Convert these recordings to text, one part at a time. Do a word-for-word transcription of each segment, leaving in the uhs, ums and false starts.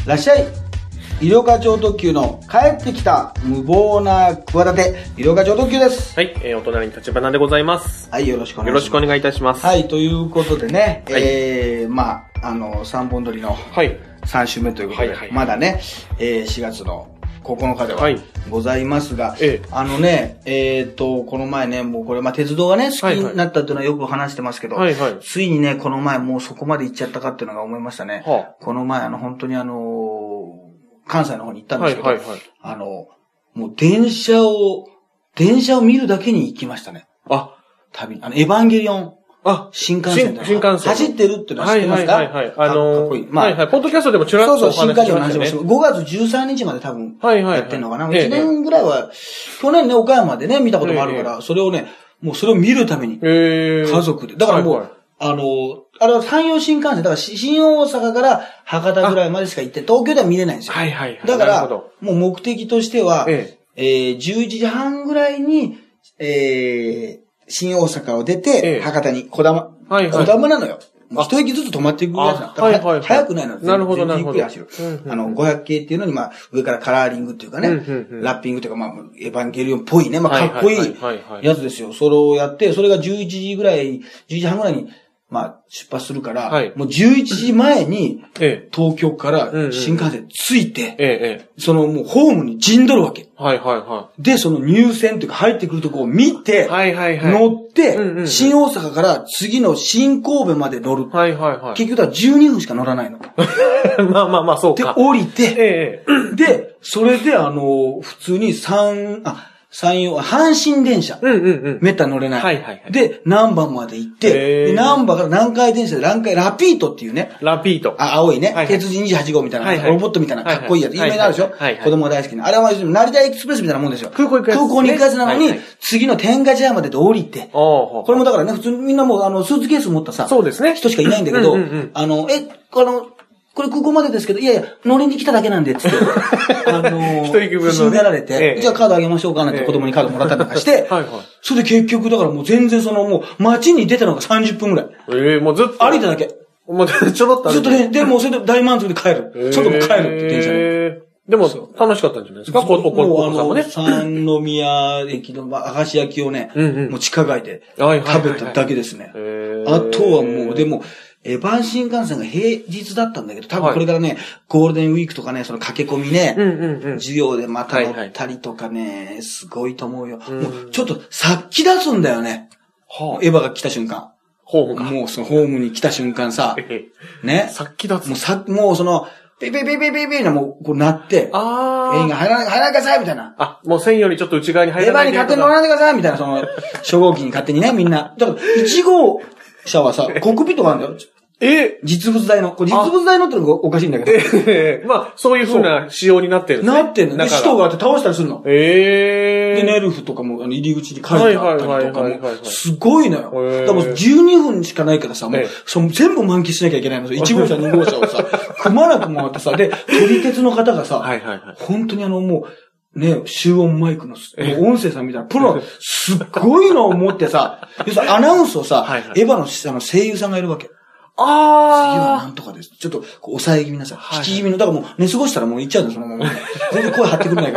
らっしゃい。医療課長特急の帰ってきた無謀な企て、医療課長特急です。 はい、えー、お隣に立花でございます。 はい、よろしくお願いします。 よろしくお願いいたします。 はい、ということでね、 はい、 えー、まあ、あの、三本撮りのさん週目ということで、はいはい、まだね、えー、しがつのここのかではございますが、はい、あのね、えっ、ー、と、この前ね、もうこれ、まあ、鉄道がね、好きになったっていうのはよく話してますけど、はいはい、ついにね、この前もうそこまで行っちゃったかっていうのが思いましたね。はあ、この前、あの、本当にあの、関西の方に行ったんですけど、はいはいはい、あの、もう電車を、電車を見るだけに行きましたね。あ、旅、あの、エヴァンゲリオン。あ、新幹線新幹線。 走ってるっていうのは知ってますか？ はいはいはい、はい。あのー、かっこいい。まあ、はいはい。ポッドキャストでもちらっとお話ししましたね。そうそう、新幹線の話もしてます。ごがつじゅうさんにちまで多分、やってんのかな。はいはいはい、いちねんぐらいは、去年ね、岡山でね、見たこともあるから、それをね、もうそれを見るために、家族で。だからもう、はいはい、あの、あれは山陽新幹線、だから新大阪から博多ぐらいまでしか行って、東京では見れないんですよ。はいはいはい。だから、もう目的としては、えええー、じゅういちじはんぐらいに、えー、新大阪を出て、ええ、博多に、小玉。はいはい。小玉なのよ。一駅ずつ止まっていくやつなの。はいはいはい。早くないの。 なるほどなるほど。 ゆっくり走る。うんうん、あの、ごひゃく系っていうのに、まあ、上からカラーリングっていうかね、うんうんうん、ラッピングっていうか、まあ、エヴァンゲリオンっぽいね、まあ、かっこいいやつですよ。それをやって、それがじゅういちじぐらい、じゅういちじはんぐらいに、まあ、出発するから、はい、もうじゅういちじまえに、東京から新幹線着いて、ええ、そのもうホームに陣取るわけ。はいはいはい。で、その入線というか入ってくるとこを見て、はいはいはい、乗って、うんうん、新大阪から次の新神戸まで乗る。はいはいはい。結局はじゅうにふんしか乗らないの。 まあまあまあ、そうか。 で、降りて、ええ、で、それであの、普通に三、あ、山陽、阪神電車。うんうんうん。めったに乗れない。はいはいはい。で、南波まで行って、で、南波から南海電車で南海ラピートっていうね。ラピート。あ、青いね。はいはい、鉄人にじゅうはち号みたいな、はいはい、ロボットみたいなかっこいいやつ。有名なあるでしょ、はいはい、子供が大好きな。あれは成田エクスプレスみたいなもんですよ。空港行くやつ、ね。空港に行くやつなのに、はいはい、次の天下茶屋までで降りて。これもだからね、普通にみんなもうあの、スーツケース持ったさ。そうですね。人しかいないんだけど、うんうんうん、あの、え、あの、これ空港までですけど、いやいや、乗りに来ただけなんで、つって。あのー、一人分の、ね。不審がられて、ええ、じゃあカードあげましょうかなんて子供にカードもらったりとかして、はいはい。それで結局、だからもう全然そのもう、街に出たのがさんじゅっぷんぐらい。ええー、もうずっと。歩いただけ。もうちょろっと歩いて。ずっとね、で、もうそれで大満足で帰る。えー、外も帰るって電車に。えー、でも、楽しかったんじゃないですか、ここ、ここ、もうあの、三宮駅の明石焼きをね、うんうん、もう地下街で食べただけですね。あとはもう、でも、エヴァン新幹線が平日だったんだけど、多分これからね、はい、ゴールデンウィークとかね、その駆け込みね、うんうんうん、授業でまた乗ったりとかね、はいはい、すごいと思うよ。うん、もうちょっと殺気出すんだよね。はあ、エヴァが来た瞬間。ホームか。もうそのホームに来た瞬間さ、ね。殺気出す。もうさ、もうその、ペイペイペイペイペイペイなもう、こうなって、ああ。映画入らない、入らないでくださいみたいな。 あ、もう線よりちょっと内側に入らないで。 エヴァに勝手に乗らないでくださいみたいな、その、初号機に勝手にね、みんな。だから、いち号車はさ、コックピットがあるんだよ。え実物大の。これ実物大のってのがおかしいんだけど。 ええー、まあ、そういう風な仕様になってるんですね。 なってんの。で、使徒があって倒したりするの。ええー。で、ネルフとかも、あの、入り口に書いてあったりとかも。すごいのよ。だからもうじゅうにふんしかないからさ、もう、その全部満喫しなきゃいけないの。いち号車、に号車をさ、くまなく回ってさ、で、撮り鉄の方がさ、はいはいはい、本当にあの、もう、ね、集音マイクの、音声さんみたいな、プロ、すっごいのを持ってさ、要するにアナウンスをさ、はいはい、エヴァのあの声優さんがいるわけ。ああ。次はなんとかです。ちょっと、抑え気味なさ、はい、引き気味の、だからもう寝過ごしたらもう行っちゃうんだよ、そのまま。全然声張ってくれないから。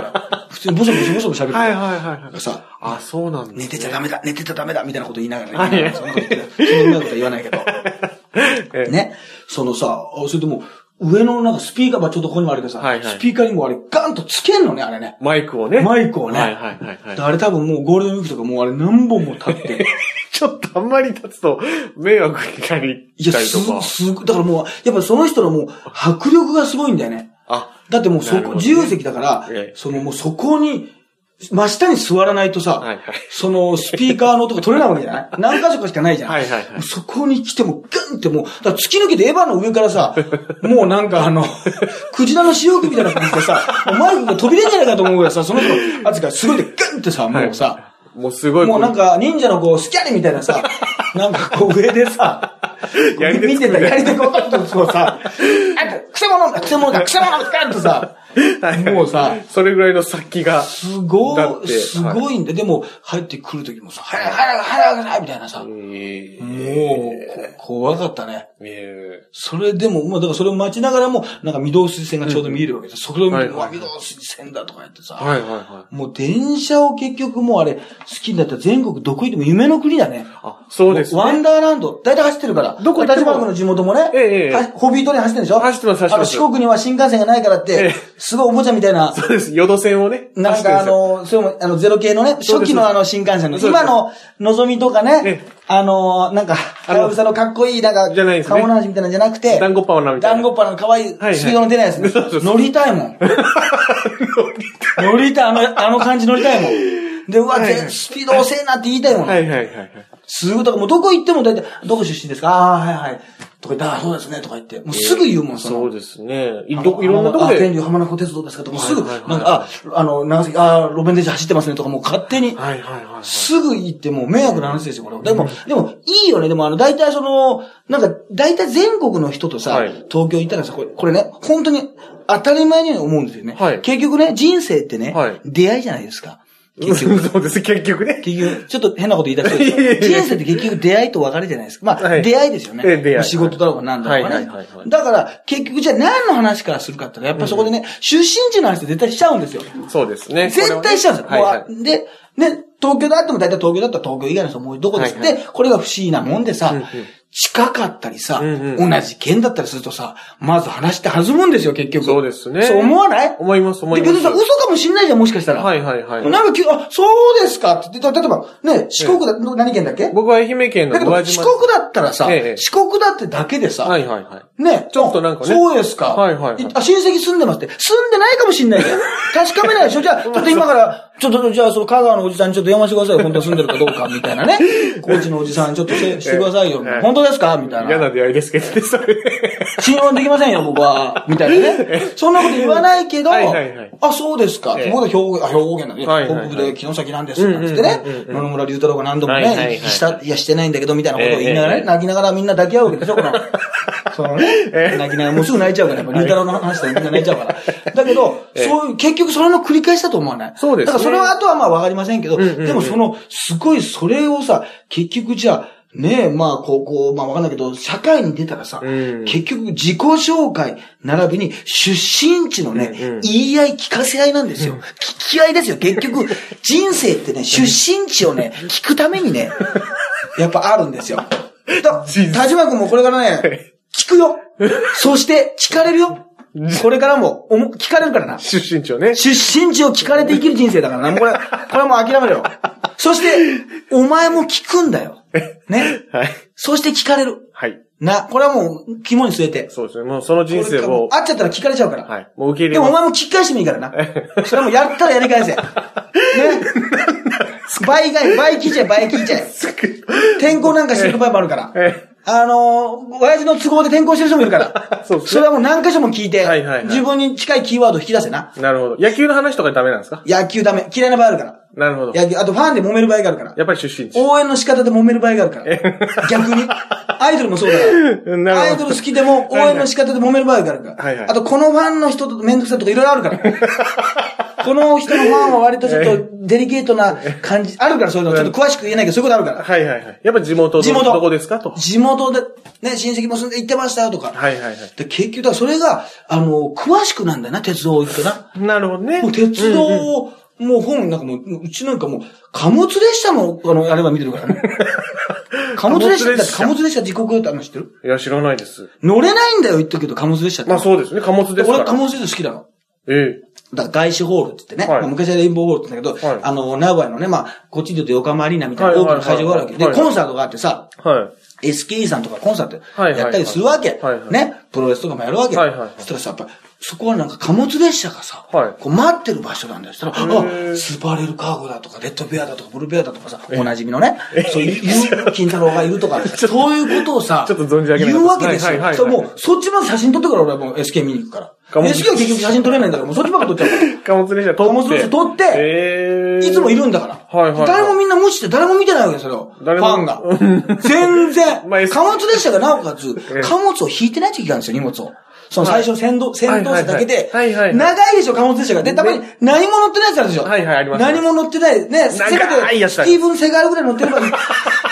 普通にボソボソボソボソ喋るから。はいはいはいはい。さ、あ、そうなんだ、ね。寝てちゃダメだ、寝てちゃダメだ、みたいなこと言いながらね。はい、そんなこと言って、そんなうまいことは言わないけど。ね。そのさ、それでも、上のなんかスピーカーはちょっとここにもあるけどさ、はいはい、スピーカーにもあれガンとつけんのね、あれね。マイクをね。マイクをね。はいはいはいはい。あれ多分もうゴールデンウィークとかもうあれ何本も立って。 ちょっとあんまり立つと迷惑になりたりとか。いや、 す、す、だからもう、やっぱその人のもう迫力がすごいんだよね。あ、だってもうそこ、ね、自由席だから、そのもうそこに、真下に座らないとさ、はいはい、そのスピーカーの音が取れないわけじゃない何箇所かしかないじゃん。はいはいはい、そこに来てもガンってもう、だから突き抜けてエヴァの上からさ、もうなんかあの、クジラの潮吹みたいな感じでさ、マイクが飛び出んじゃないかと思うぐらいさ、その人の圧がすごいでガンってさ、もうさ、はい、もうすごい。もうなんか忍者のこう、スキャリみたいなさ、なんかこう上でさ、やり見てた、やりでこう、こうさ、あ、くせ者だ、くせ者だ、くせ者だ、ガンとさ、 もうさ、 それぐらいの殺気が。 すごい、すごいんで、でも入ってくるときもさ、早く早く早く早くみたいなさ、もう、怖かったね。それでも、まあだからそれを待ちながらも、なんか御堂筋線がちょうど見えるわけです。それを見て、うわ、御堂筋線だとか言ってさ、もう電車を結局もうあれ、好きになったら全国どこ行っても夢の国だね。 あ、そうですね。 ワンダーランド、大体走ってるから。どこ立花の地元もね、ええ、ホビートレイン走ってるでしょ？ 走ってます、走ってます。 四国には新幹線がないからって、すごいおもちゃみたいな。 そうです、淀線をね。 なんかあの、それも、あの、ゼロ系のね、初期のあの新幹線の、今の、のぞみとかね、あの、なんか、はやぶさのかっこいい、なんか、 じゃないですね。 顔の話みたいなんじゃなくて、 団子っぱのみたいな。 団子っぱの可愛い、スピードの出ないやつ。乗りたいもん。乗りたい、あの、あの感じ乗りたいもん。で、うわ、スピード遅えなって言いたいもん。 はいはいはい。 すぐ、だからもうどこ行っても大体、どこ出身ですか？ああ、はいはい。とか言って、ああ、そうですね、とか言って。もうすぐ言うもん、 その。そうですね。いろ、いろんなとこで。 あ、天竜浜名湖鉄道ですかとか、すぐ、なんか、あ、あの、長崎、ああ、路面電車走ってますね、とかもう勝手に。はいはいはい。すぐ言ってもう迷惑な話ですよ、これ。でも、でも、いいよね。でも、あの、大体その、なんか、大体全国の人とさ、東京行ったらさ、これ、これね、本当に当たり前に思うんですよね。はい。結局ね、人生ってね、出会いじゃないですか。 結局。そうです、結局ね。 結局、ちょっと変なこと言い出してる。人生って結局出会いと別れじゃないですか。まあ、出会いですよね。出会い。仕事だろうが何だろうがね。だから、結局じゃあ何の話からするかってやっぱりそこでね、出身地の話って絶対しちゃうんですよ。 そうですね。 絶対しちゃうんですよ。で、ね、東京だっても大体東京だったら東京以外の人もどこですって、これが不思議なもんでさ、近かったりさ、同じ県だったりするとさ、まず話して弾むんですよ、結局。 そうですね。 そう思わない？ 思います、思います。 別にさ、嘘かもしんないじゃん、もしかしたら。 はいはいはい。 なんか、あ、そうですかって言って、例えば、ね、四国だ、何県だっけ？ 僕は愛媛県の宇和島。 四国だったらさ、四国だってだけでさ、 はいはいはい。 ね、 ちょっとなんかね。 そうですか。はいはい。あ、親戚住んでますって。住んでないかもしんないじゃん。確かめないでしょ？じゃあ、ちょっと今から、ちょっと、じゃあ、その香川のおじさんにちょっと電話してくださいよ。本当に住んでるかどうか、みたいなね。高知のおじさんちょっとしてくださいよ。本当ですかみたいな。 嫌な出会いですけどね、それ。 信用できませんよ、僕は。みたいなね。そんなこと言わないけど、あ、そうですか。僕は兵庫、あ、兵庫県なんで、北部で城崎なんです。なんつってね。野々村龍太郎が何度もね、した、いや、してないんだけど、みたいなことを言いながらね、泣きながらみんな抱き合うわけでしょ、この。そのね。泣きながら、もうすぐ泣いちゃうから、龍太郎の話でみんな泣いちゃうから。だけど、そういう、結局それの繰り返しだと思わない？ そうです。 だからそれはあとはまあわかりませんけど、でもその、すごいそれをさ、結局じゃあ、ねえ、まあ、こう、こう、まあわかんないけど、社会に出たらさ、うん、結局自己紹介、並びに出身地のね、うんうん、言い合い、聞かせ合いなんですよ。うん、聞き合いですよ。結局、人生ってね、出身地をね、聞くためにね、やっぱあるんですよ。田島君もこれからね、聞くよ。そして聞かれるよ。これからも、おも、聞かれるからな。 出身地をね。 出身地を聞かれて生きる人生だからな。もうこれ、これはもう諦めろよ。そして、お前も聞くんだよ。ね。はい。そして聞かれる。はい。な、これはもう、肝に据えて。 そうですね。もうその人生を。 会っちゃったら聞かれちゃうから。 はい。もう受け入れでもお前も聞き返してもいいからな。それはもうやったらやり返せ。ね。倍が、倍聞いちゃえ、倍聞いちゃえ。転校なんかしてる場合もあるから。あのー、親父の都合で転校してる人もいるから。そうですね。それはもう何箇所も聞いて、はいはいはい、自分に近いキーワードを引き出せな。 なるほど。野球の話とかダメなんですか？ 野球ダメ。嫌いな場合あるから。 なるほど。 野球、あとファンで揉める場合があるから。 やっぱり出身地。 応援の仕方で揉める場合があるから。逆に。アイドルもそうだから。アイドル好きでも応援の仕方で揉める場合があるから。はいはい、あとこのファンの人とめんどくさいとかいろいろあるから。この人のファンは割とちょっとデリケートな感じ、あるからそういうのちょっと詳しく言えないけどそういうことあるから。 はいはいはい。やっぱ地元地元どこですかと。 地元で、ね、親戚も住んで行ってましたよとか。はいはいはい。で結局、だからそれが、あの、詳しくなんだよな、鉄道行くとな。 なるほどね。 もう鉄道を、うんうん、もう本、なんかもう、うちなんかもう、貨物列車も、あの、あれは見てるからね。貨物列車って貨物列車時刻だってあるの知ってる？ いや、知らないです。 乗れないんだよ、言ってるけど、貨物列車って。 まあそうですね、貨物ですから。 俺は貨物列車好きなの。 ええ。 だから外資ホールって言ってね。はい、まあ、昔はレインボーホールって言ったけど、はい、あの、名古屋のね、まあ、こっちで言うと横浜アリーナみたいな大きな会場があるわけ。で、コンサートがあってさ、はい、エスケーイー さんとかコンサートやったりするわけ。はいはい、ね。プロレスとかもやるわけ。はいはいはい、そしたらさ、やっぱそこはなんか貨物列車がさ、はい、こう待ってる場所なんだよ。そしたら、あ、スパレルカーゴだとか、レッドベアだとか、ブルーベアだとかさ、おなじみのね、そういう、金太郎がいるとか、そういうことをさ、 ちょっと存じ上げない言うわけですよ。そう、もう、そっちまで写真撮ってから俺はもう エスケー 見に行くから。エスケー は結局写真撮れないんだから、もうそっちばっか撮っちゃうから。 貨物列車撮って。貨物列車撮って、えー、いつもいるんだから。はいはいはい、誰もみんな無視して誰も見てないわけですよ、それを。ファンが。全然。まあ、貨物列車がなおかつ、貨物を引いてない時があるんですよ、荷物を。 その最初の先導、先導車だけで、長いでしょ、貨物列車が。で、たまに何も乗ってないやつあるでしょ。 はいはい、あります。 何も乗ってない。ね、せめて、スティーブン・セガールぐらい乗ってればいい。ね、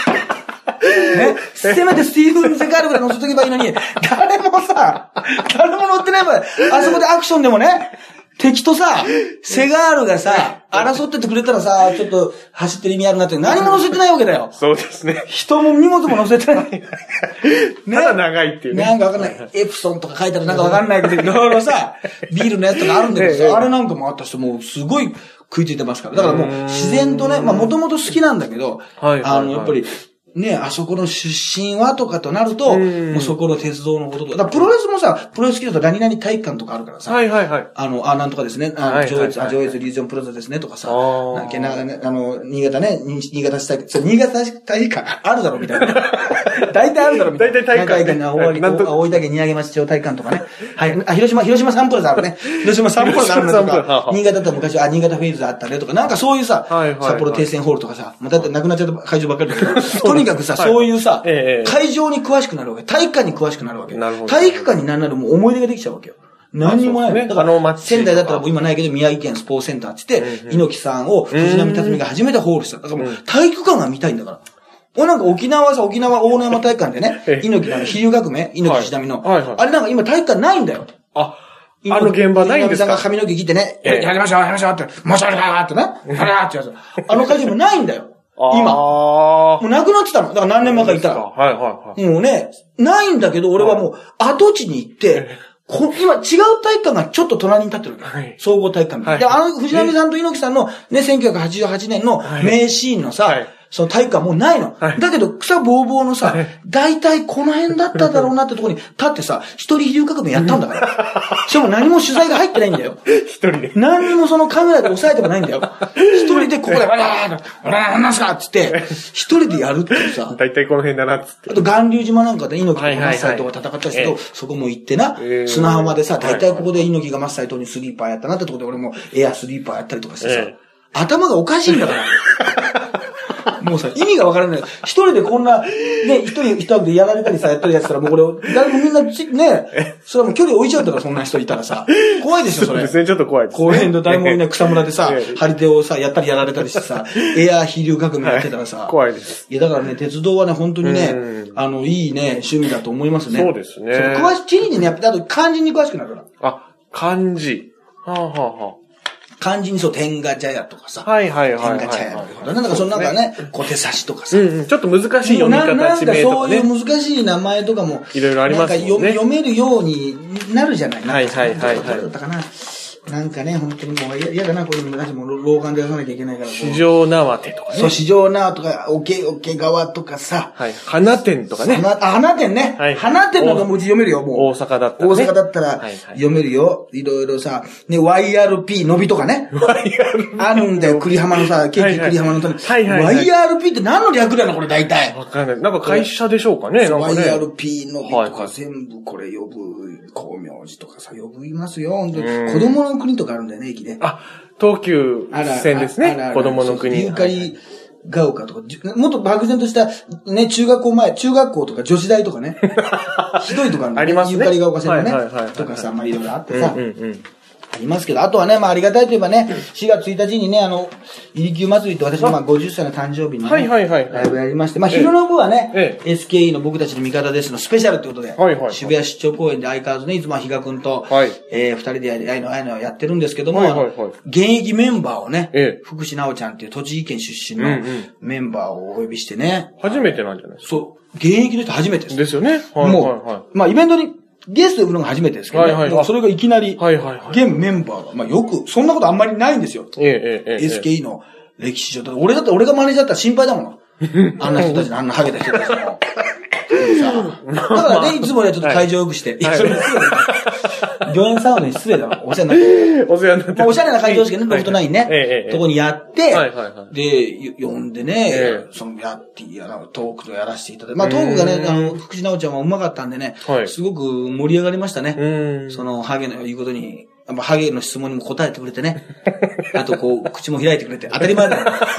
せめてスティーブン・セガールぐらい乗せとけばいいのに、誰もさ、誰も乗ってない場合、あそこでアクションでもね、敵とさ、セガールがさ、争っててくれたらさ、ちょっと走ってる意味あるなって、何も乗せてないわけだよ。 そうですね。 人も荷物も乗せてない。ね。 ただ長いっていうね。 なんかわかんない。エプソンとか書いてあるなんかわかんないけど、いろいろさ、ビールのやつとかあるんだけどさ、あれなんかもあった人もうすごい食いついてますから。だからもう自然とね、まあもともと好きなんだけど、あの、やっぱり、ね、あそこの出身はとかとなると、もうそこの鉄道のこととか、だからプロレスもさ、プロレス好きだと何々体育館とかあるからさ、 はいはいはい。 あの、あ、なんとかですね、あの、上越、あ、上越リージョンプラザですねとかさ、なんか、あの、新潟ね、新潟市体育、そう、新潟体育館あるだろみたいな。大体あるだろみたいな。大体体育館。大分、大分県新上町町体育館とかね。はい。あ、広島、広島サンプラザあるね。広島サンプラザあるねとか、新潟だったら昔、あ、新潟フェイズあったねとか、なんかそういうさ、札幌停戦ホールとかさ、もうだってなくなっちゃった会場ばっかりだけど、とにかくさ、そういうさ、会場に詳しくなるわけ。体育館に詳しくなるわけ。体育館になんならもう思い出ができちゃうわけよ。何にもない。だから、仙台だったらもう今ないけど、宮城県スポーツセンターって言って、猪木さんを藤波辰巳が初めてホールした。だからもう体育館が見たいんだから。俺なんか沖縄はさ、沖縄大野山体育館でね、猪木の飛龍革命、猪木藤波の。あれなんか今体育館ないんだよ。 あ、あの現場ないんですか？ 藤波さんが髪の毛切ってね、やりましょう、やりましょうって、もしゃれだーってね、あらーってやつ。あの会場もないんだよ。今。もうなくなってたの。だから何年前か行ったら。はいはいはい。もうね、ないんだけど、俺はもう跡地に行って、こ今違う体育館がちょっと隣に立ってるわけ。はい、総合体育館、はい、で、あの、藤波さんと猪木さんのね、せんきゅうひゃくはちじゅうはちねんの名シーンのさ、はいはい、その体育館もうないの。はい、だけど草ぼうぼうのさ、大体この辺だっただろうなってところに立ってさ、一人飛龍革命やったんだから。しかも何も取材が入ってないんだよ。一人で。何にもそのカメラで押さえてもないんだよ。一人でここで、わらーわらーなんなんすかっつって、一人でやるってさ。 大体この辺だなっつって。 あと、巌流島なんかで猪木とマッサイトが戦ったけど、そこも行ってな、砂浜でさ、大体ここで猪木がマッサイトにスリーパーやったなってところで俺もエアスリーパーやったりとかしてさ、頭がおかしいんだから。もうさ、意味がわからない。一人でこんな、ね、一人一人でやられたりさ、やったりやってたら、もうこれ、誰もみんな、ね、それはもう距離置いちゃうんだから、そんな人いたらさ。怖いでしょ、それ。そうですね、 ちょっと怖いです、 ね。公園の誰もいない草むらでさ、張り手をさ、やったりやられたりしてさ、エアー飛龍革命やってたらさ。 怖いです。 いや、だからね、鉄道はね、本当にね、あの、いいね、趣味だと思いますね。 そうですね。 詳し、地理にね、やっぱり、あと漢字に詳しくなるから。 あ、漢字。はあ、はあはあ、 漢字にそう、天下茶屋とかさ。 はいはいはいはい。 天下茶屋とか。なんかそのなんかね、小手差しとかさ。 うん、ちょっと難しい読み方、 地名とかね。なんかそういう難しい名前とかも。 いろいろありますもんね。 なんか読めるようになるじゃない。 はいはいはいはい。 どうだったかな。なんかね、本当にもう嫌だな、こういうの。もう老眼で出さなきゃいけないから。 四条縄手とかね。 そう、四条縄とか、おけ、おけ川とかさ。 はい。花店とかね。 あ、花店ね。はい。花店なんかもうち読めるよ、もう。 大阪だったら。 大阪だったら、読めるよ。いろいろさ、ね、ワイアールピー のびとかね。ワイアールピー あるんだよ、栗浜のさ、ケーキ栗浜のとに。はいはい。ワイアールピー って何の略なのこれ大体。 わかんない。なんか会社でしょうかね。 ワイアールピー のびとか全部これ呼ぶ、光明寺とかさ、呼びますよ。本当に。子供の国とかあるんだよね。 あ、東急線ですね。子供の国。 ユーカリが丘とか、もっと漠然とした、ね、中学校前、中学校とか女子大とかね。ひどいとかあるんだよね。 ありますね。 ユーカリが丘線のね。とかさ、まあいろいろあってさ。ありますけど、あとはね、まあありがたいといえばね、しがつついたちにね、あの、入り級祭りって私のまあごじゅっさいの誕生日にね、はいはいはい。ライブやりまして、まあ昼の部はね、ええ、エスケーイー の僕たちの味方ですのスペシャルってことで、はいはい、渋谷出張公演で相変わらずね、いつも比嘉くんと、はい、えー、二人でやり、ああいうの、ああいうのやってるんですけども、はいはいはい、現役メンバーをね、ええ、福士直ちゃんっていう栃木県出身のメンバーをお呼びしてね。 うんうん、初めてなんじゃないですか？ そう。現役の人初めてです。 ですよね。はいはいはい、 もう、まあイベントに、ゲスト呼ぶのが初めてですけど、ね、はいはい、それがいきなり、はいはいはい、現メンバーが、まあよく、そんなことあんまりないんですよ。ええええ、エスケーイー の歴史上。だって俺だって俺がマネージャーだったら心配だもん。あんな人たちの、あんなハゲた人たちの。だからね、いつもね、ちょっと会場よくして。はい、いや、それ失礼だな。御苑サウナに失礼だな。お世話になって。お世話になって。おしゃれな会場式ね、ロフトナインね。ええ、とこにやって、はいはいはい、で、呼んでね、ええ、そのやって、やら、トークとやらせていただいて。まあトークがね、あの、福士直ちゃんはうまかったんでね、はい、すごく盛り上がりましたね。その、ハゲの言うことに。ハゲの質問にも答えてくれてね。あと、こう、口も開いてくれて、当たり前だよ。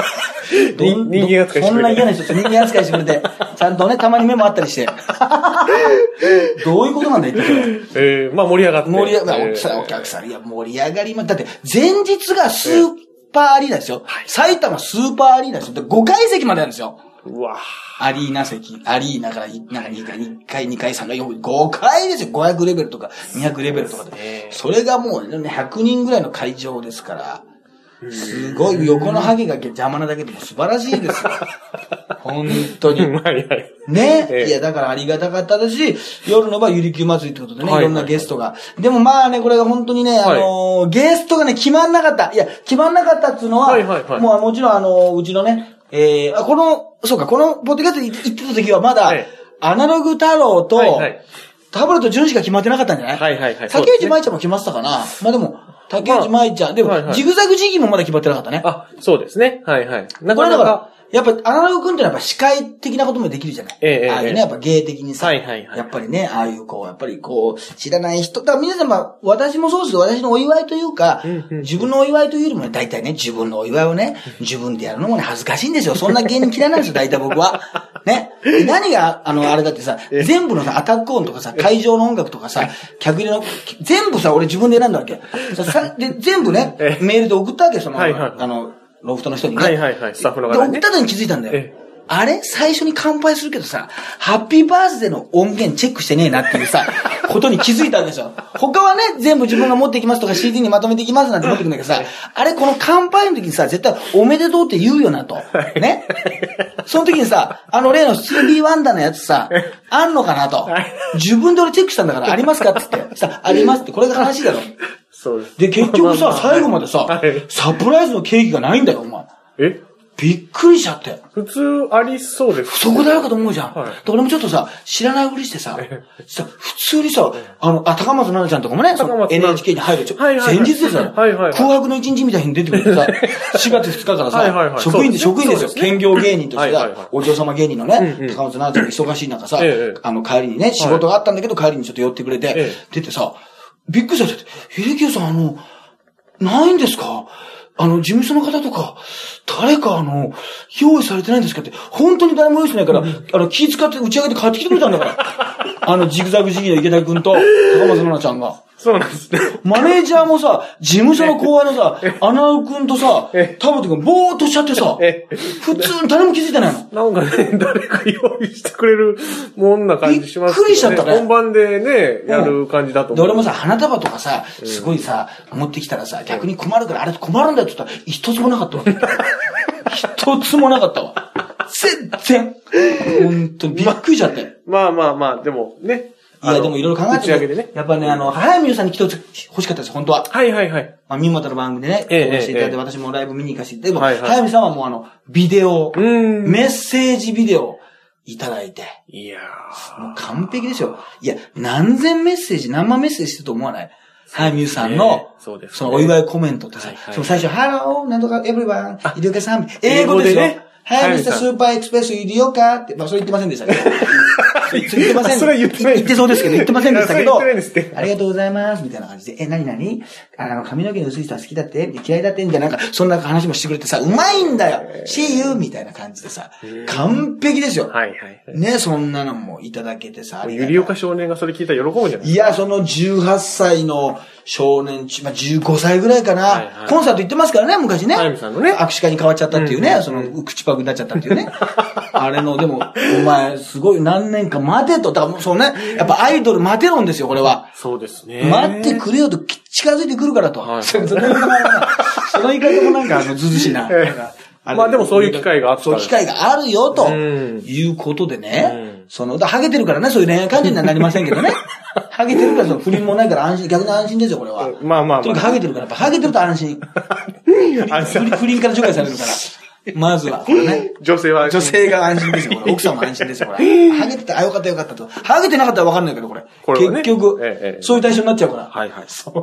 人間扱いしてくれて。 そんな嫌な人人間扱いしてくれて、ちゃんとね、たまに目もあったりして。どういうことなんだよ、言ってくれ。 ええー、まあ盛り上がって。 盛り上が、えー、お客さん、いや、盛り上がりま、だって、前日がスーパーアリーナですよ。はい、埼玉スーパーアリーナですよ。ごかい席まであるんですよ。 うわアリーナ席、アリーナから、なんかにかい、いっかい、にかい、さんかい、よんかい、ごかいですよ。ごひゃくレベルとか、にひゃくレベルとかで。それがもう、ね、ひゃくにんぐらいの会場ですから、すごい、横のハゲが邪魔なだけでも素晴らしいですよ。本当に。ね、えー、いや、だからありがたかったですし、夜の場ゆりきゅう祭りってことでね、はい、いろんなゲストが。でもまあね、これが本当にね、あのーはい、ゲストがね、決まんなかった。いや、決まんなかったっていうのは、はいはいはい、もうもちろんあのー、うちのね、えー、この、そうか、このポッドキャストに行ってた時はまだ、はい、アナログ太郎と、はいはい、タブレット純しか決まってなかったんじゃないはいはいはい。竹内舞ちゃんも決まってたかな。まあでも、竹内舞ちゃん、でも、はいはい、ジグザグジギーもまだ決まってなかったね。 あ、そうですね。はいはい。 なかなか。これだから、やっぱアナログ君ってのはやっぱ視界的なこともできるじゃない。ええ、ああいうね、やっぱ芸的にさ。はいはいはい。やっぱりね、ああいうこう、やっぱりこう、知らない人。だから皆さんまあ、私もそうですよ。私のお祝いというか、うんうん、自分のお祝いというよりもね、大体ね、自分のお祝いをね、自分でやるのもね、恥ずかしいんですよ。そんな芸人嫌いなんですよ、大体僕は。ね。何が、あの、あれだってさ、全部のさ、アタック音とかさ、会場の音楽とかさ、客入れの、全部さ、俺自分で選んだわけ。さで、全部ね、メールで送ったわけ、その、はいはい、あの、ロフトの人にね。 はいはいはい、スタッフの方に、ね。で、送った時に気づいたんだよ。あれ最初に乾杯するけどさ、ハッピーバースデーの音源チェックしてねえなっていうさ、ことに気づいたんですよ。他はね、全部自分が持っていきますとか シーディー にまとめていきますなんて持ってくんだけどさ、あれこの乾杯の時にさ、絶対おめでとうって言うよなと。ね。その時にさ、あの例の スリーディー ワンダーのやつさ、あんのかなと。自分で俺チェックしたんだからありますかって言って。さ、ありますって、これが話だろ。 そうです。 で、結局さ、最後までさ、サプライズのケーキがないんだよ、お前。 えびっくりしちゃって。 普通ありそうです。 そこだよかと思うじゃん。はい。で、俺もちょっとさ、知らないふりしてさ、さ普通にさ、あの、あ、高松菜奈ちゃんとかもね、その エヌエイチケー に入るちょ、はいはいはい、先日ですよ。はいはいはい。空白の一日みたいに出てくるさ、しがつふつかからさ、はいはいはい、職員で、職員ですよ。兼業芸人としてさ、お嬢様芸人のね、高松菜奈ちゃんが忙しい中さ、あの、帰りにね、仕事があったんだけど、帰りにちょっと寄ってくれて、出てさ、びっくりしちゃって、ひできよさん、あの、ないんですか？あの、事務所の方とか、誰かあの、用意されてないんですかって、本当に誰も用意してないから、うん、あの、気遣って打ち上げて買ってきてくれたんだから。あの、ジグザグジギーの池田くんと、高松菜奈ちゃんが。 そうなんですね。 マネージャーもさ、事務所の後輩のさ、アナウくんとさ、田畑くん、ぼーっとしちゃってさ、普通に誰も気づいてないの。なんかね、誰か用意してくれるもんな感じしますけどね。 びっくりしちゃったね。 本番でね、やる感じだと思う。 で、俺もさ、花束とかさ、すごいさ、持ってきたらさ、逆に困るから、あれ困るんだよって言ったら、一つもなかったわ。一つもなかったわ。全然。本当にびっくりしちゃって。 まあまあまあ、でもね。 いや、でもいろいろ考えて打ち上げでね。 やっぱね、あの、早見優さんに来て欲しかったです、本当は。 はいはいはい。 まあ、みんまたの番組でね、ええ、していただいて、私もライブ見に行かせて、でも、はいはい、早見さんはもうあの、ビデオ、メッセージビデオいただいて。 いやー。もう完璧ですよ。いや、何千メッセージ、何万メッセージしてると思わない？早見優さんの、そうですね、そのお祝いコメントってさ、はいはい、その最初、ハロー、なんとか、エブリワン、イルカさん、英語ですよ。はい、ミスタースーパーエクスプレスいるよかって、まあ、それ言ってませんでしたけど。言ってません。 それは言ってない。 言ってそうですけど、言ってませんでしたけど。ありがとうございます、みたいな感じで。え、なになにあの、髪の毛の薄い人は好きだって嫌いだってみたいな、なんか、そんな話もしてくれてさ、うまいんだよ !See you! みたいな感じでさ、完璧ですよ。はいはい。ね、そんなのもいただけてさ。 ゆりおか少年がそれ聞いたら喜ぶんじゃないいや、そのじゅうはっさいの少年、まあ、じゅうごさいぐらいかな、はいはい。コンサート行ってますからね、昔ね。 早見さんのね。 握手会に変わっちゃったっていうね、うんうん、その、口パクになっちゃったっていうね。あれの、でも、お前、すごい何年か待てと、だからそうね、やっぱアイドル待てろんですよ、これは。 そうですね。 待ってくれよと近づいてくるからと。はい、その言い方もその言い方もなんか、あの、ずずしいな。 まあでもそういう機会があった。 そういう機会があるよ、ということでね。その、だハゲてるからね、そういう恋愛感じにはなりませんけどね。ハゲてるからその不倫もないから安心、逆に安心ですよ、これは。 まあまあまあ。 とにかくハゲてるから、やっぱハゲてると安心。不倫から除外されるから。まずは、これね。 女性は安心。女性が安心ですよ、これ。奥さんも安心ですよ、これ。ハゲてた、あ、よかったよかったと。ハゲてなかったらわかんないけど、これ。これね、結局、ええ、そういう対象になっちゃうから。はいはい。そう。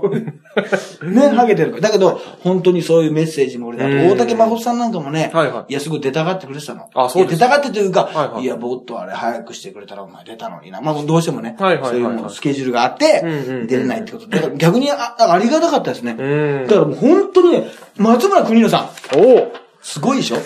ね、ハゲてるから。だけど、本当にそういうメッセージも俺だと、大竹誠さんなんかもね、はいはい。いや、すごい出たがってくれてたの。あ、そうです。出たがってというか、はいはい。いや、ぼーっとあれ早くしてくれたらお前出たのにな。まあ、どうしてもね、はいはい。そういうスケジュールがあって、出れないってことで。だから逆にあ、ありがたかったですね。だからもう本当にね、松村邦洋さん。おお。すごいでしょ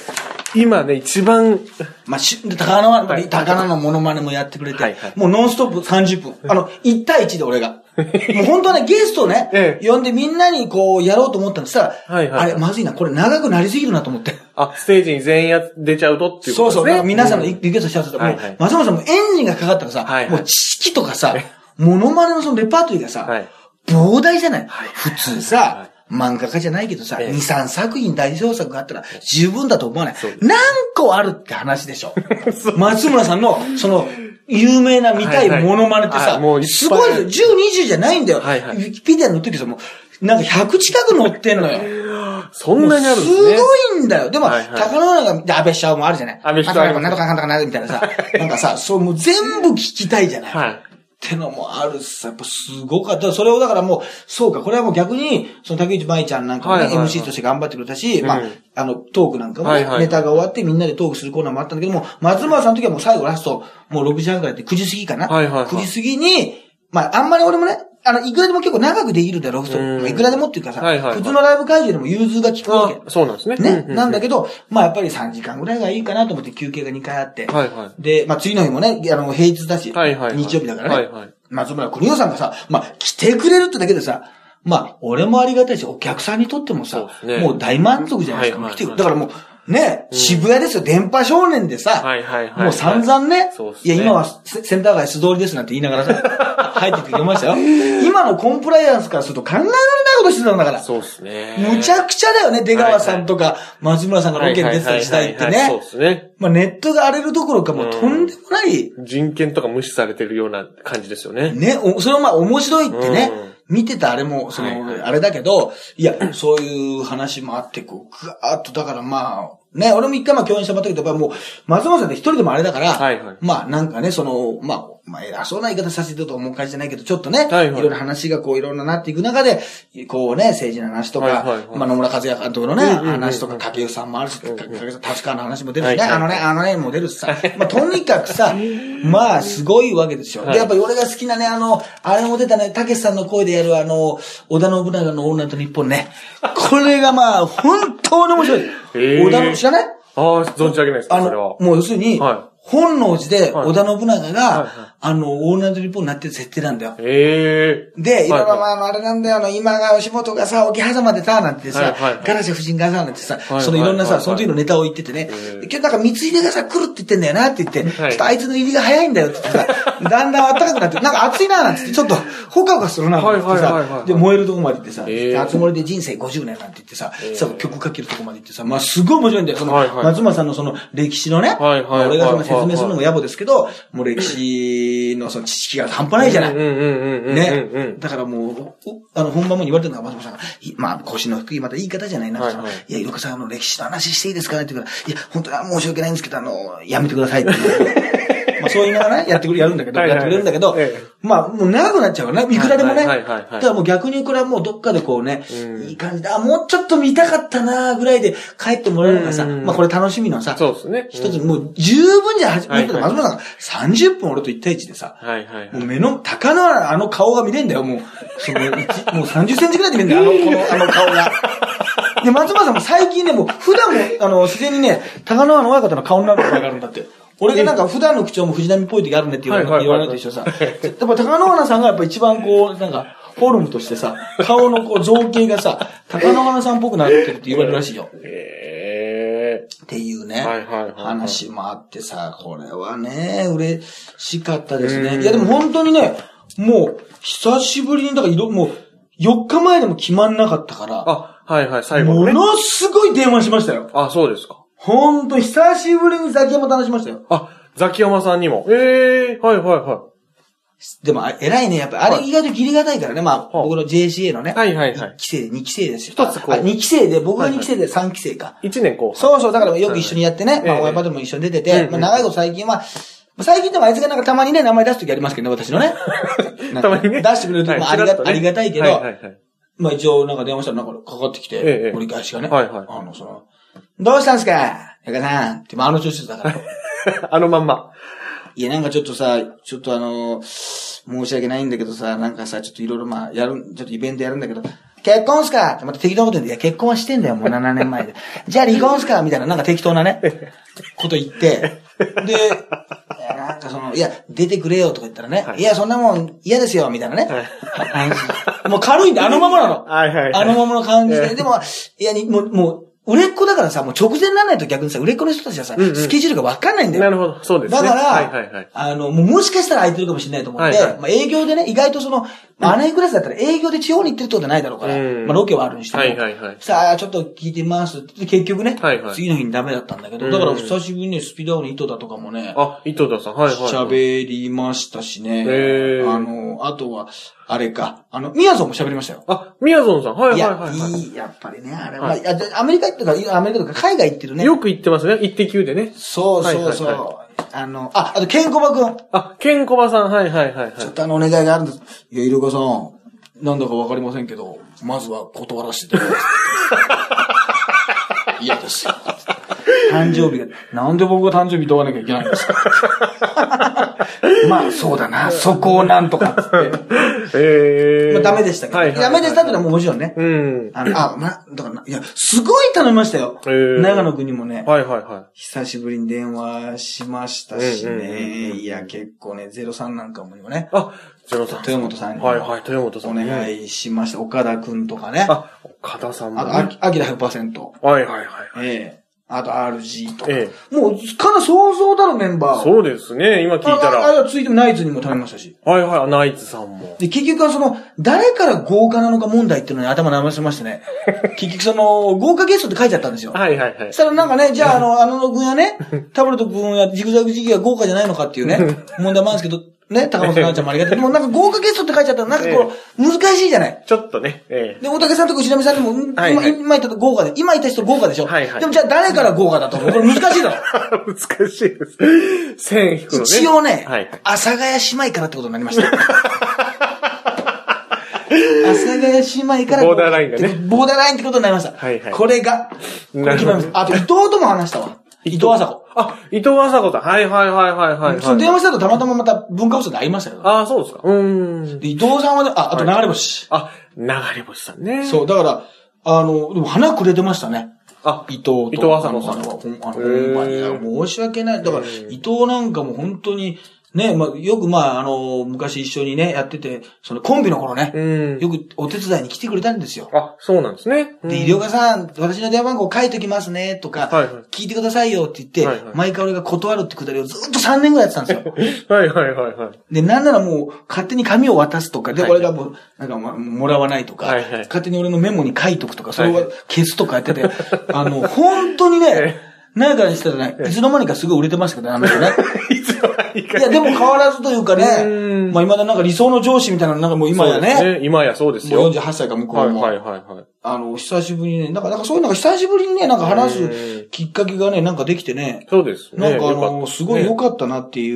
今ね、一番、 まあ、し、高野は、はい、高野のモノマネもやってくれて、はいはい、もうノンストップさんじゅっぷん。あの、いち対いちで俺が。もう本当はね、ゲストをね、ええ、呼んでみんなにこう、やろうと思ったんですが、はいはい、あれ、まずいな、これ長くなりすぎるなと思って。 あ、ステージに全員や、出ちゃうとっていうことですね。そうそう、だから皆さんのリクエストしちゃうと、もう、松本さんもエンジンがかかったらさ、はいはい、もう知識とかさ、モノマネのそのレパートリーがさ、はい、膨大じゃない、はい、普通さ、はい漫画家じゃないけどさ、ええ、に、さんさく品代表作があったら十分だと思わない。何個あるって話でしょ。松村さんの、その、有名な見たいモノマネってさ、はいはい、すごいですよ。じゅう、にじゅうじゃないんだよ。はいはい、ウィキペディアに載ってるけども、なんかひゃく近く載ってんのよ。 そんなにあるんですね。 すごいんだよ。でも、はいはい、高野なんか、安倍首相もあるじゃない。安倍首相もなんとかなんとかなるみたいなさ、なんかさ、そうもう全部聞きたいじゃない。はいってのもあるさ、やっぱすごかった。それをだからもう、そうか、これはもう逆に、その竹内舞ちゃんなんかもね、はいはいはい、エムシー として頑張ってくれたし、うん、まあ、あの、トークなんかも、ねはいはいはい、ネタが終わってみんなでトークするコーナーもあったんだけども、松村さんの時はもう最後ラスト、もうろくじはんくらいでくじ過ぎかな。はいはいはい、くじ過ぎに、まあ、あんまり俺もね、あの、いくらでも結構長くできるだろう、そう。いくらでもっていうかさ、はいはいはい、普通のライブ会場でも融通が効くわけ。 そうなんですね。 ね、うんうんうん。なんだけど、まあやっぱりさんじかんぐらいがいいかなと思って休憩がにかいあって。はいはい。で、まあ次の日もね、あの、平日だし、はいはいはい、日曜日だからね。はいはい。松村邦洋さんがさ、まあ来てくれるってだけでさ、まあ俺もありがたいし、お客さんにとってもさ、ね、もう大満足じゃないですか。はいはいはい、来てくる。だからもう、ね、うん、渋谷ですよ、電波少年でさ、はいはいはいはい、もう散々ね、そうですね、いや、今はセンター街素通りですなんて言いながらさ、入ってきてくれましたよ。今のコンプライアンスからすると考えられないことしてたんだから。 そうですね。 むちゃくちゃだよね、出川さんとか、松村さんがロケに出てた時代ってね。そうですね。まあネットが荒れるどころかもうとんでもない。 うん、人権とか無視されてるような感じですよね。 ね、おそれはまあ面白いってね。うん見てたあれも、その、はいはい、あれだけど、いや、そういう話もあって、こう、ぐわーっと、だからまあ、ね、俺も一回まあ共演してもらったけど、やっぱもう、松本さんって一人でもあれだから、はいはい、まあなんかね、その、まあ、まあ偉そうな言い方させてると思う感じじゃないけど、ちょっとね、はいはい、いろいろ話がこういろんななっていく中で、こうね、政治の話とか、はいはいはい、まあ野村和也監督のね、うんうんうん、話とか、竹内さんもあるし、竹内さん、立川の話も出るしね、はいはい、あのね、あのね、も出るしさ、まあとにかくさ、まあすごいわけですよ。はい、で、やっぱり俺が好きなね、あの、あれも出たね、竹内さんの声でやるあの、織田信長のオールナイトニッポンね。これがまあ、本当に面白い。織田の、知らない？ ああ、存じ上げないですか、それは。 もう要するに、はい、本能寺で織田信長が、はいはい、あの、オールナイトニッポンになってる設定なんだよ。へー。で、いろいろまあ、あれなんだよ、あの、今川吉本がさ、沖狭間でさ、なんてさ、はいはいはい、ガラシャ夫人がさ、なんてさ、はいはい、そのいろんなさ、その時のネタを言っててね、今日なんか三井出がさ、来るって言ってんだよなって言って、はい、ちょっとあいつの入りが早いんだよって言ってさ、だんだん暖かくなって、なんか暑いななんて言って、ちょっと、ほかほかするなって言ってさ、で、燃えるとこまで行ってさ、熱盛で人生ごじゅうねんなんて言ってさ、さ、曲かけるとこまで行ってさ、まあ、すごい面白いんだよ。その、はいはい、松村さんのその歴史のね、はいはい、俺がその説明するのも野暮ですけど、もう歴史のその知識が半端ないじゃない。ね。だからもう、あの、本番も言われてるのが松本さんが、まあ、腰の低いまた言い方じゃないな。はいはい、いや、いろかさんあの歴史の話していいですかねって言うから、いや、本当に申し訳ないんですけど、あの、やめてくださいって。まあそう言いながらね、やってくれ、やるんだけど、やってくれるんだけど、まあもう長くなっちゃうからね、いくらでもね。だからもう逆にこれはもうどっかでこうね、いい感じで、あ、もうちょっと見たかったなぐらいで帰ってもらえるのがさ、まあこれ楽しみのさ、そうですね。一つ、もう十分じゃ始まるけど、松本さんがさんじゅっぷん俺と一対一でさ、もう目の、高野原あの顔が見れんだよ、もう。その、もうさんじゅっセンチぐらいで見れんだよ、あの、この、あの顔が。で、松本さんも最近ね、もう普段も、あの、自然にね、高野原の親方の顔になる場合があるんだって。俺がなんか普段の口調も藤波っぽい時あるねって言われ言われると一緒さ。やっぱ高野花さんがやっぱ一番こう、なんか、フォルムとしてさ、顔のこう造形がさ、高野花さんっぽくなってるって言われるらしいよ。へー。っていうね、はいはいはいはい、話もあってさ、これはね、嬉しかったですね。いやでも本当にね、もう、久しぶりに、だから色、もう、よっかまえでも決まんなかったから、あ、はいはい、最後のね。ものすごい電話しましたよ。 あ、そうですか。 ほんと、久しぶりにザキヤマと話しましたよ。 あ、ザキヤマさんにも。ええー、はいはいはい。 でも、偉いね。やっぱ、あれ意外と切りがたいからね。まあ、僕の ジェーシーエー のね。はいはいはい。いっきせいでにきせいですよ。一つこう。あ、にきせいで、僕がにきせいでさんきせいか。 いちねんこう。 そうそう、だからよく一緒にやってね。まあ、親場でも一緒に出てて、まあ、長いこと最近は、最近でもあいつがなんかたまにね、名前出すときありますけどね、私のね。たまにね。出してくれるときもありが、ありがたいけど、まあ一応なんか電話したらなんかかかってきて、折り返しがね。はいはい。あの、その、どうしたんすかやかさんって、まあ、あの調子だから。 あのまんま。 いや、なんかちょっとさ、ちょっとあの、 申し訳ないんだけどさ、なんかさ、ちょっといろいろまあ、やる、ちょっとイベントやるんだけど、結婚っすかってまた適当なこと言って、いや、結婚はしてんだよ、もうななねんまえで。じゃあ離婚っすかみたいな、なんか適当なね、こと言って、で、いや、なんかその、いや、出てくれよとか言ったらね、はい、いや、そんなもん嫌ですよ、みたいなね。はい、もう軽いんで、あのままなの。はいはいはい、あのままの感じで、でも、いや、もう、もう、売れっ子だからさ、もう直前にならないと逆にさ、売れっ子の人たちはさ、うんうん、スケジュールがわかんないんだよ。 なるほど、そうですね。 だから、 はいはいはい、 あの、もうもしかしたら空いてるかもしれないと思って、はいはい、まあ営業でね、意外とその、まあ、アナイクラスだったら営業で地方に行ってるってことはないだろうから、うん、まあロケはあるにしても、はいはいはい、さあ、ちょっと聞いてみますって、結局ね、はいはい、次の日にダメだったんだけど、だから久しぶりにスピードアウトの井戸田とかもね、 あ、井戸田さん、はいはい、はい。 喋りましたしね、あの、あとは、あれか。あの、みやぞんも喋りましたよ。 あ、みやぞんさん。はいはいはい、はい。 いや、いい、やっぱりね、あれは、はい、アメリカ行ってとか、アメリカとか海外行ってるね。 よく行ってますね。イッテ Q でね。 そうそうそう。はいはいはい、あの、あ、あと、ケンコバくん。 あ、ケンコバさん。はいはいはい、はい。 ちょっとあの、お願いがあるんです。いや、イルカさん、なんだかわかりませんけど、まずは断らせていただきます。嫌です。誕生日が、なんで僕が誕生日問わなきゃいけないんですかまあ、そうだな、そこをなんとかつって。えー、まあ、ダメでしたけど。はいはいはいはい、ダメでしたってのはもうもちろんね。うん。あの、あ、ま、だからな、いや、すごい頼みましたよ。えー、長野くんにもね。はいはいはい。久しぶりに電話しましたしね。うんうんうんうん、いや、結構ね、ゼロさんなんかもね。 あ、ゼロさん。 豊本さんに。 はいはい、豊本さん。 お願いしました。岡田くんとかね。 あ、岡田さんも、ね。 あと、アキラ ひゃくパーセント。 はいはいはい。 ええーあと アールジー とか。ええ、もう、かな想像だろメンバー。 そうですね。今聞いたら。 あ、あ、あ、ついてもナイツにも食べましたし。 はいはい、ナイツさんも。 で、結局はその、誰から豪華なのか問題っていうのに頭悩ませましてね。結局その、豪華ゲストって書いてあったんですよ。はいはいはい。そしたらなんかね、じゃああの、あの君やね、タブレット君やジグザグジギーは豪華じゃないのかっていうね、問題もあるんですけど、ね、高本さんちゃんもありがとう。もうなんか豪華ゲストって書いちゃったらなんかこう、難しいじゃない。 ちょっとね。ええ、 で、大竹さんとか牛並さんでも、はいはい、今、今言った豪華で、今言った人豪華でしょ。はいはい。でもじゃあ誰から豪華だと思う？これ難しいだろ。 難しいです。線引くのね。 一応ね、はい、阿佐ヶ谷姉妹からってことになりました。阿佐ヶ谷姉妹から。 ボーダーラインがね。 ボーダーラインってことになりました。はいはい。これが、これ決まります。あと伊藤とも話したわ。伊藤麻子。 あ、伊藤麻子さん。はいはいはいはいはい、はい。 その電話したとたまたままた文化放送で会いましたよ。 ああ、そうですか。うん。 で、伊藤さんはね、あ、あと流れ星。 はい、あ、流れ星さんね。 そう、だから、あの、でも花くれてましたね。あ、伊藤と。伊藤麻子さんは。 あの、ほんまに、申し訳ない。だから、伊藤なんかも本当に、ね、まあ、よくまあ、あの、昔一緒にね、やってて、そのコンビの頃ね、うん、よくお手伝いに来てくれたんですよ。 あ、そうなんですね。 で、医療家さん、私の電話番号書いときますね、とか、はいはい、聞いてくださいよって言って、はいはい、毎回俺が断るってくだりをずっとさんねんぐらいやってたんですよ。はいはいはいはい。で、なんならもう、勝手に紙を渡すとか、で、はいはい、俺がもう、なんか、ま、もらわないとか、はいはい、勝手に俺のメモに書いとくとか、それを消すとかやってて、はいはい、あの、本当にね、なんかにしたらね、いつの間にかすごい売れてましたけどね、あの人ね。いつの間にか。いや、でも変わらずというかね、まあ今だなんか理想の上司みたいな、なんかもう今やね。そうですね、 今やそうですよ。 もうよんじゅうはっさいか向こうも。はいはいはいはい。あの、久しぶりにね、なんか、なんかそういうのが久しぶりにね、なんか話すきっかけがね、なんかできてね。 そうですね。 なんかあの、すごい良かったなっていう、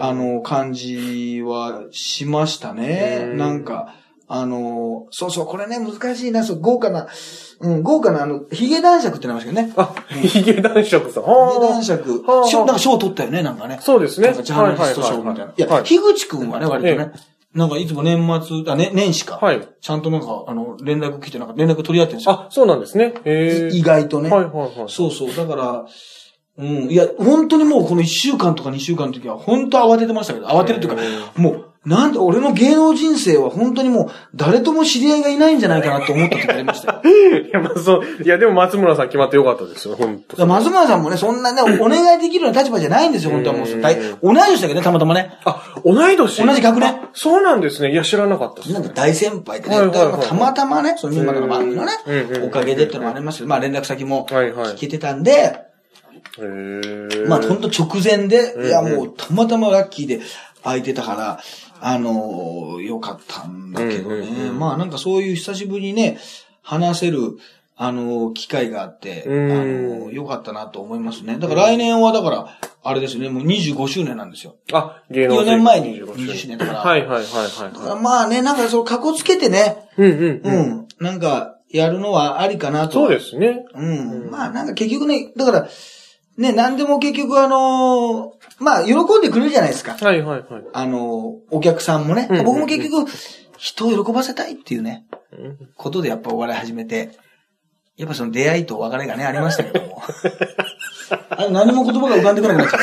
あの、感じはしましたね。なんか、あの、そうそう、これね、難しいな、そう、豪華な、うん、豪華な、あの、ヒゲ男爵って言いましたけどね。 あ、うん、ヒゲ男爵さん。 ヒゲ男爵。なんか賞取ったよね、なんかね。 そうですね。 なんかジャーナリスト賞みたいな。はいはいはい、いや、はい、樋口くんはね、割とね、なんかいつも年末、あ、ね、年始か。はい。ちゃんとなんか、あの、連絡来て、なんか連絡取り合ってるんですよ。 あ、そうなんですね。へ意外とね。はいはいはい。そうそう。だから、うん。いや、本当にもうこのいっしゅうかんとかにしゅうかんの時は、本当慌ててましたけど、慌てるっていうか、もう、なんで、俺の芸能人生は本当にもう、誰とも知り合いがいないんじゃないかなって思った時ありましたよ。 いや、まあそう、いや、でも松村さん決まってよかったですよ、本当。 松村さんもね、そんなね、お願いできるような立場じゃないんですよ、本当はもう。同い年だけどね、たまたまね。 あ、同い年同じ学年。 そうなんですね。いや、知らなかったです。 なんか大先輩でね、たまたまね、その今の番組のね、おかげでってのもありますけど、まあ連絡先も聞けてたんで、まあほんと直前で、いやもうたまたまラッキーで空いてたから、あのー、よかったんだけどね。うんうんうん、まあなんかそういう久しぶりにね、話せる、あのー、機会があって、あのー、よかったなと思いますね。だから来年はだから、あれですね、もうにじゅうごしゅうねんなんですよ。 あ、芸能よねんまえににじゅうしゅうねんだから。 はいはいはいはい。 だからまあね、なんかそう、かこつけてね、うんうんうん。うん。なんか、やるのはありかなと。 そうですね。 うん。うん、まあなんか結局ね、だから、 ね、何でも結局あのー、まあ、喜んでくれるじゃないですか。 はいはいはい。 あのー、お客さんもね、うんうんうん、僕も結局、人を喜ばせたいっていうね、うん、ことでやっぱお笑い始めて、やっぱその出会いと別れがね、ありましたけども。あれ何も言葉が浮かんでこなくなっちゃった。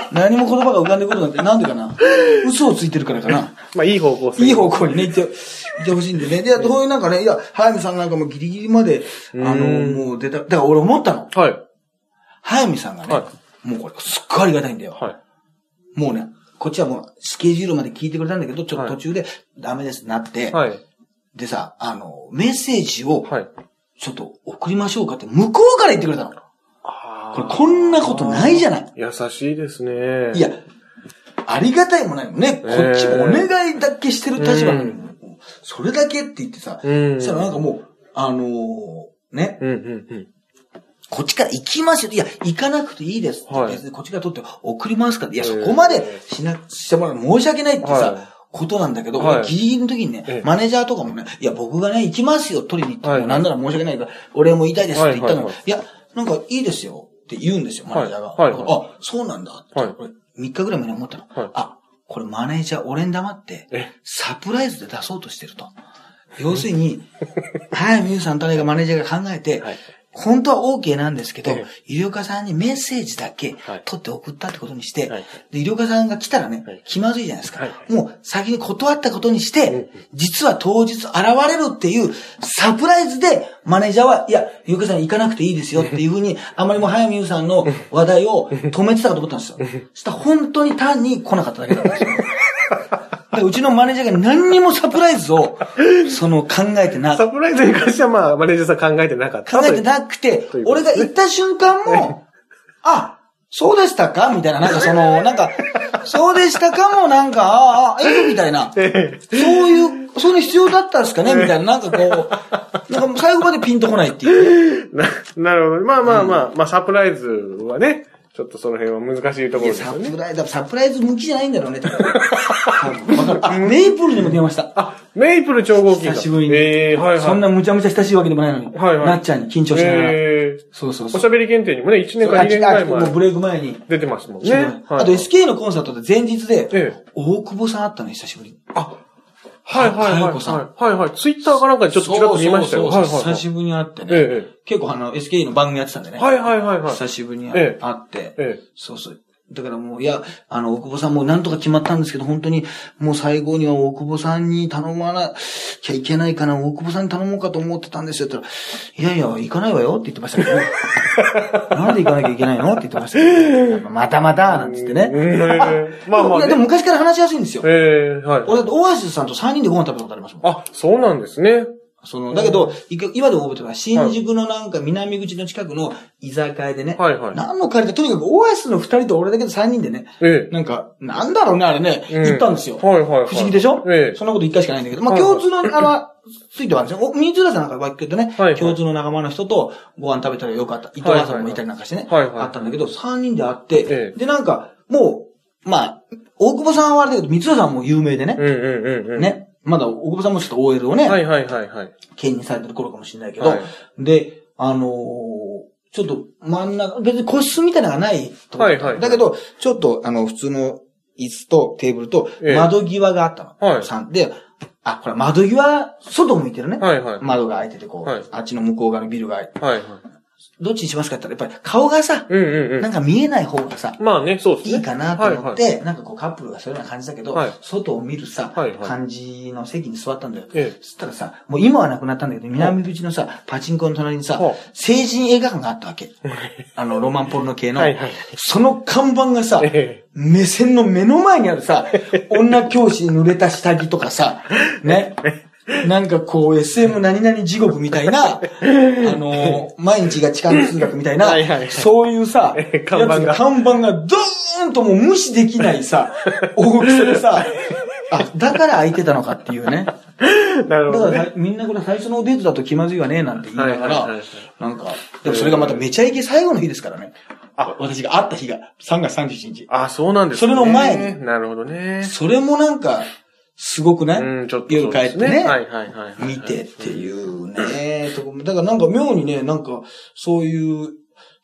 何も言葉が浮かんでくるなんて、なんでかな。嘘をついてるからかな。 まあ、いい方向いい方向にね、行って、行ってほしいんでね。で、そういうなんかね、いや、早見さんなんかもギリギリまで、あの、もう出た、だから俺思ったの。 はい。 早見さんがね、はい、もうこれ、すっごいありがたいんだよ。はい。もうね、こっちはもう、スケジュールまで聞いてくれたんだけど、ちょっと途中で、ダメですなって、はい。でさ、あの、メッセージを、はい。ちょっと送りましょうかって、向こうから言ってくれたの。ああ。これ、こんなことないじゃない。 優しいですね。 いや、ありがたいもないもんね。こっちもお願いだけしてる立場なのに、それだけって言ってさ、そしたらなんかもう、あのー、ね、うんうんうん、こっちから行きますよ。いや、行かなくていいです。はい、別にこっちから取って送りますから。いや、そこまでしな、してもらう申し訳ないってさ、はい、ことなんだけど、はい、ギリギリの時にね、マネージャーとかもね、いや、僕がね、行きますよ、取りに行って、はい、なんなら申し訳ないから、俺も言いたいですって言ったの、はいはいはい、いや、なんかいいですよって言うんですよ、マネージャーが。はいはいはい、あ、そうなんだって、はい、これみっかぐらい前に思ったの。はい、あ、これマネージャー俺に黙って、サプライズで出そうとしてると。要するに、早見優さんとかマネージャーが考えて、はい、本当は OK なんですけど、医療家さんにメッセージだけ取って送ったってことにして、はい、で医療家さんが来たらね、はい、気まずいじゃないですか。はい、もう先に断ったことにして、はい、実は当日現れるっていうサプライズでマネージャーは、いや、医療家さん行かなくていいですよっていうふうに、あまりも早見優さんの話題を止めてたかと思ったんですよ。そしたら本当に単に来なかっただけだったんですよ。うちのマネージャーが何にもサプライズを、その考えてなサプライズに関してはまあ、マネージャーさん考えてなかった。 考えてなくて、俺が行った瞬間も、あ、そうでしたかみたいな、なんかその、なんか、そうでしたかもなんか、ああ、ええみたいな。そういう、そういうの必要だったんですかねみたいな、なんかこう、なんか最後までピンとこないっていう。 な、なるほど。まあまあまあ、うん、まあサプライズはね、ちょっとその辺は難しいところですよね。 サプライズ、サプライズ向きじゃないんだろうね。わかる。あ、メイプルにも電話した。 あ、メイプル超合金。 久しぶりに。えー、はいはい。そんなむちゃむちゃ親しいわけでもないのに。はいはい。なっちゃんに緊張しながら。えー、そうそうそう。 おしゃべり検定にもね、いちねんかにねんぐらい前。 もうブレイク前に。 出てますもんね。はい、 あと エスケー のコンサートで前日で、えー、大久保さん会ったの、久しぶりに。 あ、はいはいはい。はいはい。ツイッターかなんかでちょっとちらっと見ましたよ。 そうそうそう。久しぶりに会ってね。ええ、結構あの エスケー の番組やってたんでね。 はいはいはいはい。 久しぶりに会って、ええ、そうそう。だからもう、いや、あの、大久保さんもなんとか決まったんですけど、本当に、もう最後には大久保さんに頼まなきゃいけないかな、大久保さんに頼もうかと思ってたんですよ、って言ったら、いやいや、行かないわよって言ってましたけどね。なんで行かなきゃいけないのって言ってましたけど、またまた、なんつってね。まあまあ、ね。いや、でも昔から話しやすいんですよ。ええー、はい。俺だって、オアシスさんとさんにんでご飯食べたことありますもん。 あ、そうなんですね。 その、だけど、今でも覚えてるのは、新宿のなんか南口の近くの居酒屋でね。はいはい。何の借りて、とにかくオアシスのふたりと俺だけでさんにんでね。ええ。なんか、なんだろうね、あれね、行ったんですよ。はいはい。不思議でしょええ。そんなこといっかいしかないんだけど、まあ共通の、あの、ついてはあるんですよ。水浦さんなんかばっかりとね、共通の仲間の人とご飯食べたらよかった。伊藤さんもいたりなんかしてね。はいはい。あったんだけど、さんにんで会って、で、なんか、もう、まあ、大久保さんはあれだけど、水浦さんも有名でね。うんうんうん。ね。まだ、大久保さんもちょっと オーエル をね。はいはいはいはい。兼任されてる頃かもしれないけど。はい、で、あのー、ちょっと真ん中、別に個室みたいなのがないところ。はいはい、はい。だけど、ちょっと、あの、普通の椅子とテーブルと窓際があったの。はい。さんで、あ、これ窓際、外向いてるね。はいはい。窓が開いてて、こう、はい、あっちの向こう側のビルが開いて。はいはい。どっちにしますかって言ったら、やっぱり顔がさ、うんうんうん、なんか見えない方がさ、まあね、そうですね。いいかなと思って、はいはい、なんかこうカップルがそういうような感じだけど、はい、外を見るさ、はいはい、感じの席に座ったんだよ。ええ、そしたらさ、もう今はなくなったんだけど、南口のさ、パチンコの隣にさ、成人映画館があったわけ。あの、ロマンポルノ系の。はいはい、その看板がさ、ええ、目線の目の前にあるさ、女教師に濡れた下着とかさ、ね。なんかこう エスエム 何々地獄みたいな、あのー、毎日が痴漢通学みたいな、はいはいはい、そういうさ、看板が、看板がドーンともう無視できないさ、大きさでさ、あ、だから空いてたのかっていうね。なるほど、ね。だからみんなこれ最初のデートだと気まずいわね、なんて言いながら、はいはいはい、なんか、でもそれがまためちゃイケ最後の日ですからね。あ、私が会った日がさんがつさんじゅういちにち。 あ、そうなんですね。 それの前に。 なるほどね。 それもなんか、すごくね。うん、ちょっと、ね。夜帰ってね。 はいはいはい。 見てっていうね。だからなんか妙にね、なんか、そういう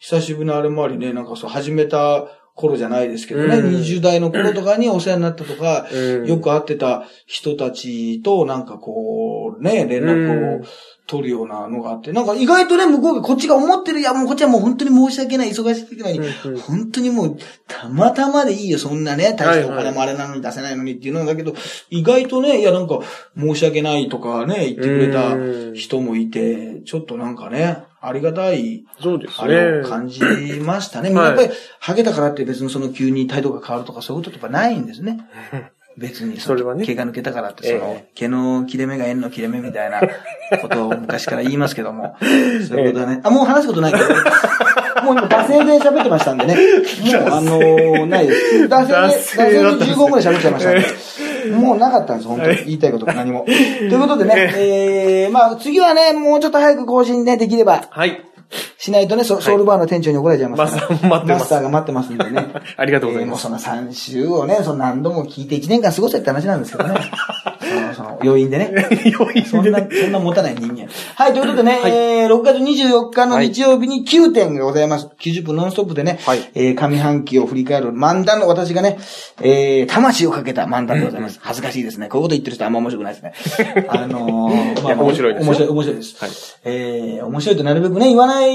久しぶりのあれもありね、なんかそう始めた頃じゃないですけどね、うん、にじゅう代の頃とかにお世話になったとか、うん、よく会ってた人たちとなんかこう、ね、連絡を取るようなのがあって、なんか意外とね、向こうがこっちが思ってる、いやもうこっちはもう本当に申し訳ない、忙しいない、うんうん、本当にもうたまたまでいいよ、そんなね、大したお金もあれなのに出せないのにっていうのだけど、意外とね、いやなんか申し訳ないとかね、言ってくれた人もいて、ちょっとなんかね、ありがたい、 そうですね。 あれを感じましたね。みんなやっぱり、ハゲたからって別にその急に態度が変わるとかそういうことってやっぱないんですね。別に、それはね。毛が抜けたからって、その、毛の切れ目が縁の切れ目みたいなことを昔から言いますけども、そういうことはね。あ、もう話すことないけど、もう今、惰性で喋ってましたんでね。もう、あのー、ないです。惰性で、惰性でじゅうごふんぐらい喋っちゃいましたんで。もうなかったんです、本当に。言いたいことが何も。ということでね、えー、まあ次はね、もうちょっと早く更新ね、できれば。 はい。 しないとね、ソウルバーの店長に怒られちゃいますから。 マスター待ってます。 マスターが待ってますんでね。 ありがとうございます。 えー、もうそのさん週をね、その何度も聞いていちねんかん過ごせって話なんですけどね。その、その、余韻でね。 余韻で。 そんな、そんな持たない人間。はい、ということでね、はい、えー、ろくがつにじゅうよっかの日曜日にきゅうてんがございます。きゅうじゅっぷんノンストップでね、はい、えー、上半期を振り返る漫談の私がね、えー、魂をかけた漫談でございます。恥ずかしいですね。こういうこと言ってる人あんま面白くないですね。あのー、まあ、 面白いです。 面白い、面白いです。はい。えー、面白いとなるべくね、言わない、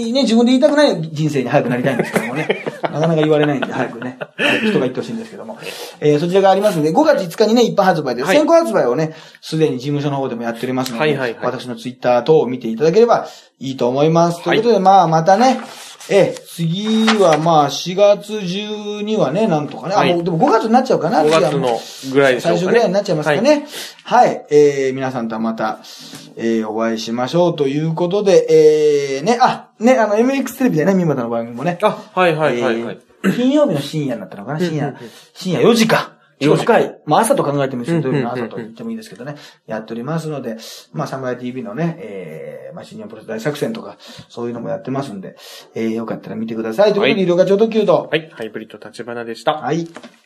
ね、自分で言いたくない人生に早くなりたいんですけどもね。なかなか言われないんで、早くね、人が言ってほしいんですけども。えー、そちらがありますので、ごがついつかにね、一般発売で、はい、先行発売をね、すでに事務所の方でもやっておりますので、はいはいはい、私のツイッター等を見ていただければいいと思います。はい、ということで、まあ、またね、えー、次はまあ、しがつ中にはね、なんとかね、はい、あ、もう、でもごがつになっちゃうかな、 ごがつのぐらいでしょうかね。 最初ぐらいになっちゃいますかね。はい、はい、えー、皆さんとはまた、えー、お会いしましょうということで、えー、ね、あ、ね、あの、エムエックス テレビでね、三股の番組もね。 あ、はいはいはいはい。 えー、金曜日の深夜になったのかな、深夜、深夜よじか。よじかい。まあ朝と考えてもいいですよ。土曜日の朝と言ってもいいですけどね。やっておりますので、まあサムライ ティーブイ のね、えー、まあ新日本プロレス大作戦とか、そういうのもやってますんで、えー、よかったら見てください。ということで、色がちょうどきゅうど。 はい。ハイブリッド立花でした。 はい。